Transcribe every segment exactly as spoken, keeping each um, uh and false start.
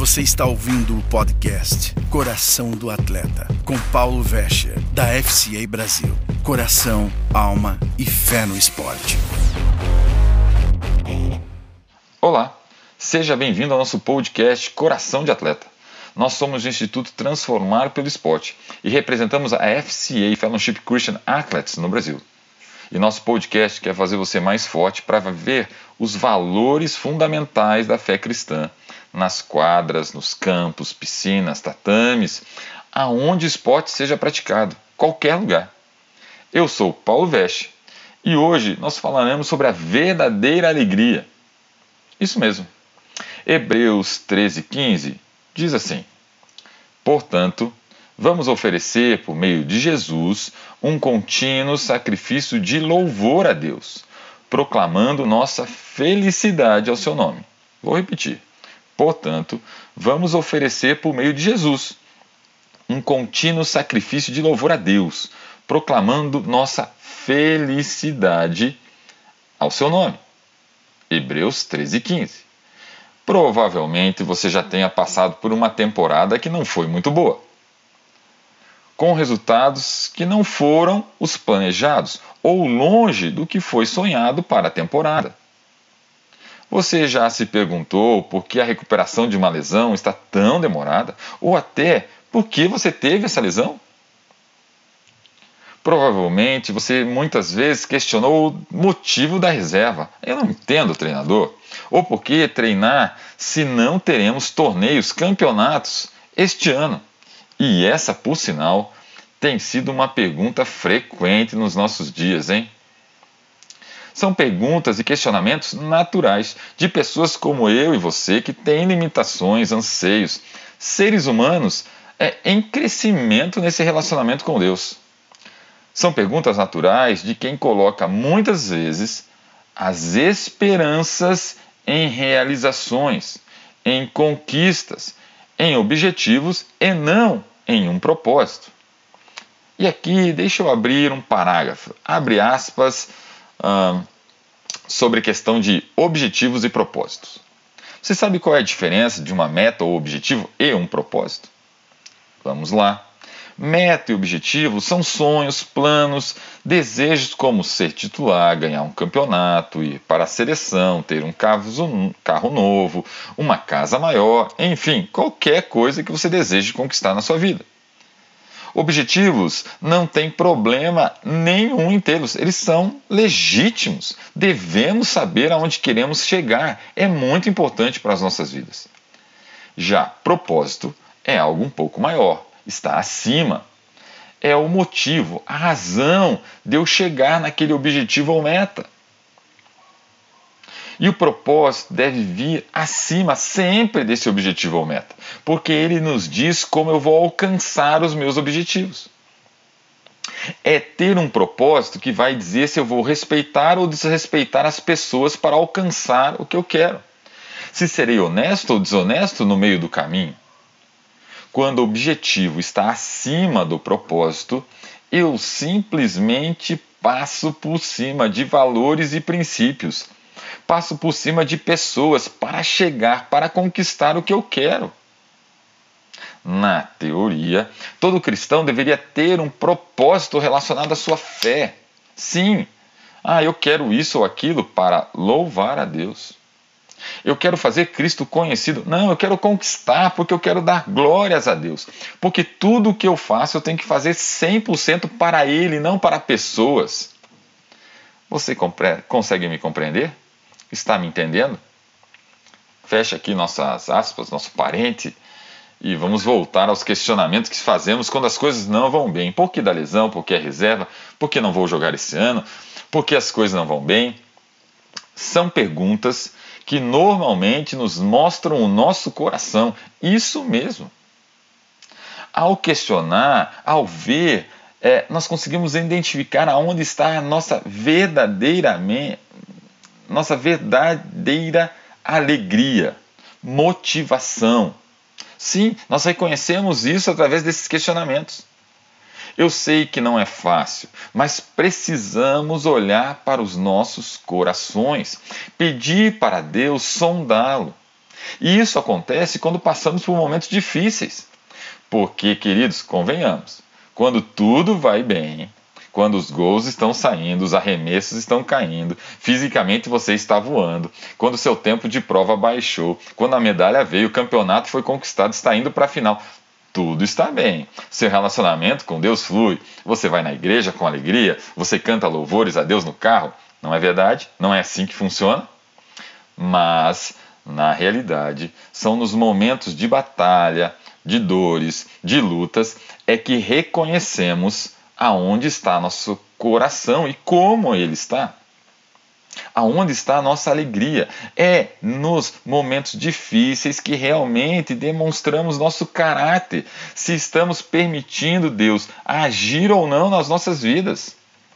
Você está ouvindo o podcast Coração do Atleta, com Paulo Vescher, da F C A Brasil. Coração, alma e fé no esporte. Olá, seja bem-vindo ao nosso podcast Coração de Atleta. Nós somos o Instituto Transformar pelo Esporte e representamos a F C A, Fellowship Christian Athletes, no Brasil. E nosso podcast quer fazer você mais forte para ver os valores fundamentais da fé cristã nas quadras, nos campos, piscinas, tatames, aonde o esporte seja praticado, qualquer lugar. Eu sou Paulo Vesche e hoje nós falaremos sobre a verdadeira alegria. Isso mesmo. Hebreus treze, quinze diz assim: portanto, vamos oferecer por meio de Jesus um contínuo sacrifício de louvor a Deus, proclamando nossa felicidade ao seu nome. Vou repetir. Portanto, vamos oferecer por meio de Jesus um contínuo sacrifício de louvor a Deus, proclamando nossa felicidade ao seu nome. Hebreus treze, quinze. Provavelmente você já tenha passado por uma temporada que não foi muito boa, com resultados que não foram os planejados ou longe do que foi sonhado para a temporada. Você já se perguntou por que a recuperação de uma lesão está tão demorada? Ou até por que você teve essa lesão? Provavelmente você muitas vezes questionou o motivo da reserva. Eu não entendo o treinador. Ou por que treinar se não teremos torneios, campeonatos este ano? E essa, por sinal, tem sido uma pergunta frequente nos nossos dias, hein? São perguntas e questionamentos naturais de pessoas como eu e você que têm limitações, anseios, seres humanos é, em crescimento nesse relacionamento com Deus. São perguntas naturais de quem coloca muitas vezes as esperanças em realizações, em conquistas, em objetivos e não em um propósito. E aqui deixa eu abrir um parágrafo, abre aspas, hum, sobre a questão de objetivos e propósitos. Você sabe qual é a diferença de uma meta ou objetivo e um propósito? Vamos lá. Meta e objetivo são sonhos, planos, desejos como ser titular, ganhar um campeonato, ir para a seleção, ter um carro novo, uma casa maior, enfim, qualquer coisa que você deseje conquistar na sua vida. Objetivos não tem problema nenhum em tê-los, eles são legítimos. Devemos saber aonde queremos chegar, é muito importante para as nossas vidas. Já propósito é algo um pouco maior, está acima. É o motivo, a razão de eu chegar naquele objetivo ou meta. E o propósito deve vir acima sempre desse objetivo ou meta, porque ele nos diz como eu vou alcançar os meus objetivos. É ter um propósito que vai dizer se eu vou respeitar ou desrespeitar as pessoas para alcançar o que eu quero. Se serei honesto ou desonesto no meio do caminho. Quando o objetivo está acima do propósito, eu simplesmente passo por cima de valores e princípios. Passo por cima de pessoas para chegar, para conquistar o que eu quero. Na teoria, todo cristão deveria ter um propósito relacionado à sua fé. Sim, ah, eu quero isso ou aquilo para louvar a Deus. Eu quero fazer Cristo conhecido. Não, eu quero conquistar porque eu quero dar glórias a Deus. Porque tudo o que eu faço eu tenho que fazer cem por cento para Ele, não para pessoas. Você compre- consegue me compreender? Está me entendendo? Fecha aqui nossas aspas, nosso parente, e vamos voltar aos questionamentos que fazemos quando as coisas não vão bem. Por que da lesão? Por que a reserva? Por que não vou jogar esse ano? Por que as coisas não vão bem? São perguntas que normalmente nos mostram o nosso coração. Isso mesmo. Ao questionar, ao ver, é, nós conseguimos identificar aonde está a nossa verdadeira nossa verdadeira alegria, motivação. Sim, nós reconhecemos isso através desses questionamentos. Eu sei que não é fácil, mas precisamos olhar para os nossos corações, pedir para Deus sondá-lo. E isso acontece quando passamos por momentos difíceis. Porque, queridos, convenhamos, quando tudo vai bem, quando os gols estão saindo, os arremessos estão caindo, fisicamente você está voando, quando o seu tempo de prova baixou, quando a medalha veio, o campeonato foi conquistado, está indo para a final, tudo está bem. Seu relacionamento com Deus flui, você vai na igreja com alegria, você canta louvores a Deus no carro, não é verdade? Não é assim que funciona? Mas, na realidade, são nos momentos de batalha, de dores, de lutas, é que reconhecemos aonde está nosso coração e como ele está. Aonde está a nossa alegria? É nos momentos difíceis que realmente demonstramos nosso caráter, se estamos permitindo Deus agir ou não nas nossas vidas.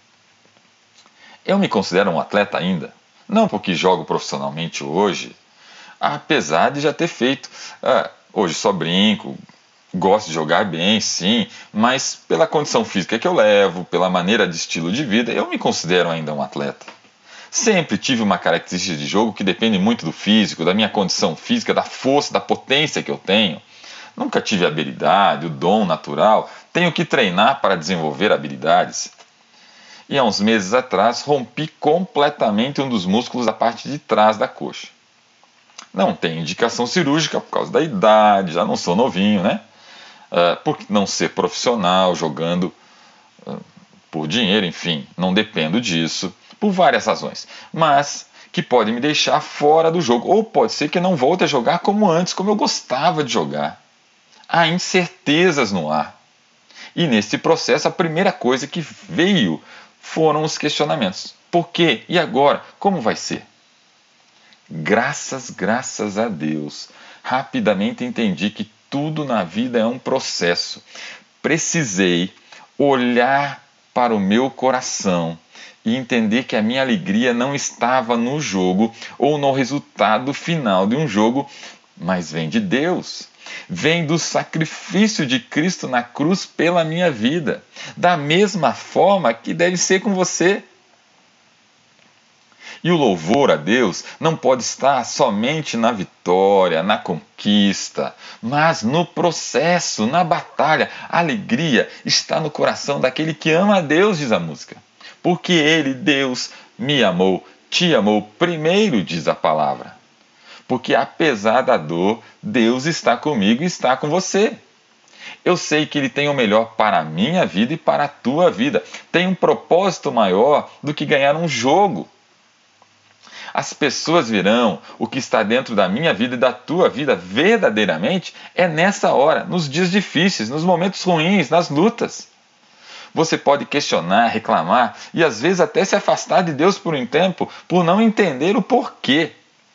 Eu me considero um atleta ainda, não porque jogo profissionalmente hoje, apesar de já ter feito. Ah, hoje só brinco, gosto de jogar bem, sim, mas pela condição física que eu levo, pela maneira de estilo de vida, eu me considero ainda um atleta. Sempre tive uma característica de jogo que depende muito do físico, da minha condição física, da força, da potência que eu tenho. Nunca tive a habilidade, o dom natural, tenho que treinar para desenvolver habilidades. E há uns meses atrás rompi completamente um dos músculos da parte de trás da coxa. Não tenho indicação cirúrgica por causa da idade, já não sou novinho, né? Uh, por não ser profissional, jogando uh, por dinheiro, enfim, não dependo disso, por várias razões, mas que pode me deixar fora do jogo, ou pode ser que não volte a jogar como antes, como eu gostava de jogar. Há incertezas no ar. E nesse processo, a primeira coisa que veio foram os questionamentos. Por quê? E agora? Como vai ser? Graças, graças a Deus, rapidamente entendi que tudo na vida é um processo. Precisei olhar para o meu coração e entender que a minha alegria não estava no jogo ou no resultado final de um jogo, mas vem de Deus. Vem do sacrifício de Cristo na cruz pela minha vida. Da mesma forma que deve ser com você. E o louvor a Deus não pode estar somente na vitória, na conquista, mas no processo, na batalha. A alegria está no coração daquele que ama a Deus, diz a música. Porque Ele, Deus, me amou, te amou primeiro, diz a palavra. Porque apesar da dor, Deus está comigo e está com você. Eu sei que Ele tem o melhor para a minha vida e para a tua vida. Tem um propósito maior do que ganhar um jogo. As pessoas verão o que está dentro da minha vida e da tua vida verdadeiramente é nessa hora, nos dias difíceis, nos momentos ruins, nas lutas. Você pode questionar, reclamar e às vezes até se afastar de Deus por um tempo por não entender o porquê.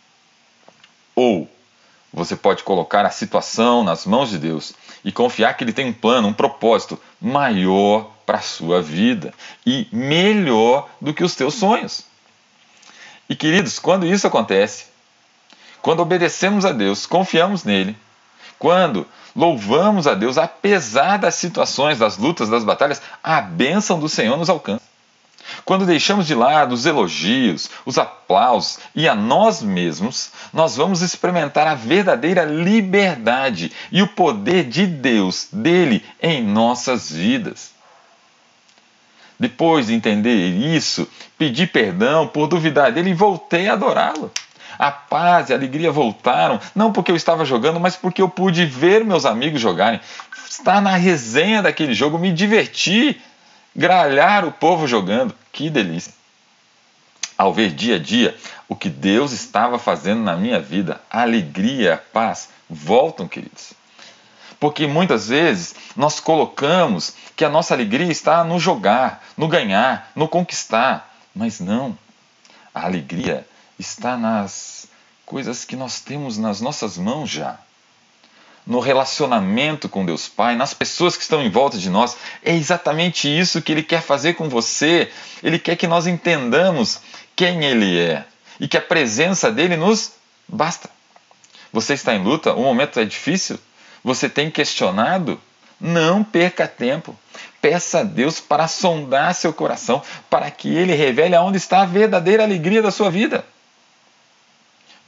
Ou você pode colocar a situação nas mãos de Deus e confiar que Ele tem um plano, um propósito maior para a sua vida e melhor do que os teus sonhos. E queridos, quando isso acontece, quando obedecemos a Deus, confiamos nele, quando louvamos a Deus, apesar das situações, das lutas, das batalhas, a bênção do Senhor nos alcança. Quando deixamos de lado os elogios, os aplausos e a nós mesmos, nós vamos experimentar a verdadeira liberdade e o poder de Deus, dele, em nossas vidas. Depois de entender isso, pedi perdão por duvidar dele e voltei a adorá-lo. A paz e a alegria voltaram, não porque eu estava jogando, mas porque eu pude ver meus amigos jogarem. Estar na resenha daquele jogo, me divertir, gralhar o povo jogando. Que delícia! Ao ver dia a dia o que Deus estava fazendo na minha vida, a alegria, a paz voltam, queridos. Porque muitas vezes nós colocamos que a nossa alegria está no jogar, no ganhar, no conquistar. Mas não. A alegria está nas coisas que nós temos nas nossas mãos já. No relacionamento com Deus Pai, nas pessoas que estão em volta de nós. É exatamente isso que Ele quer fazer com você. Ele quer que nós entendamos quem Ele é e que a presença dEle nos basta. Você está em luta? O momento é difícil? Você tem questionado? Não perca tempo. Peça a Deus para sondar seu coração, para que Ele revele aonde está a verdadeira alegria da sua vida.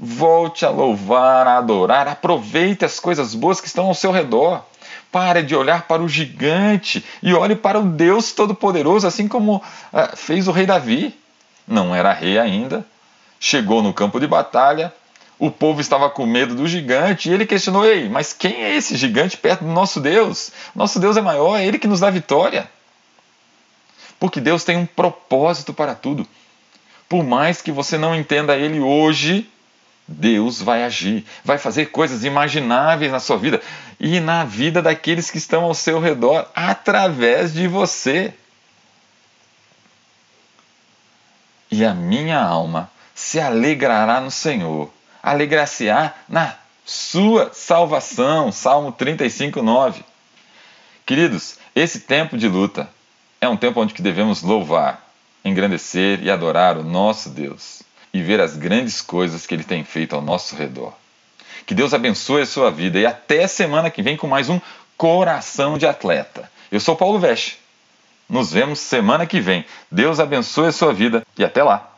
Volte a louvar, a adorar, aproveite as coisas boas que estão ao seu redor. Pare de olhar para o gigante e olhe para o Deus Todo-Poderoso, assim como ah, fez o rei Davi. Não era rei ainda, chegou no campo de batalha, o povo estava com medo do gigante e ele questionou: ei, mas quem é esse gigante perto do nosso Deus? Nosso Deus é maior, é Ele que nos dá vitória. Porque Deus tem um propósito para tudo. Por mais que você não entenda Ele hoje, Deus vai agir, vai fazer coisas imagináveis na sua vida e na vida daqueles que estão ao seu redor, através de você. E a minha alma se alegrará no Senhor, alegrar-se-á na sua salvação. Salmo trinta e cinco, nove. Queridos, esse tempo de luta é um tempo onde devemos louvar, engrandecer e adorar o nosso Deus e ver as grandes coisas que Ele tem feito ao nosso redor. Que Deus abençoe a sua vida e até semana que vem com mais um Coração de Atleta. Eu sou Paulo Vesche. Nos vemos semana que vem. Deus abençoe a sua vida e até lá.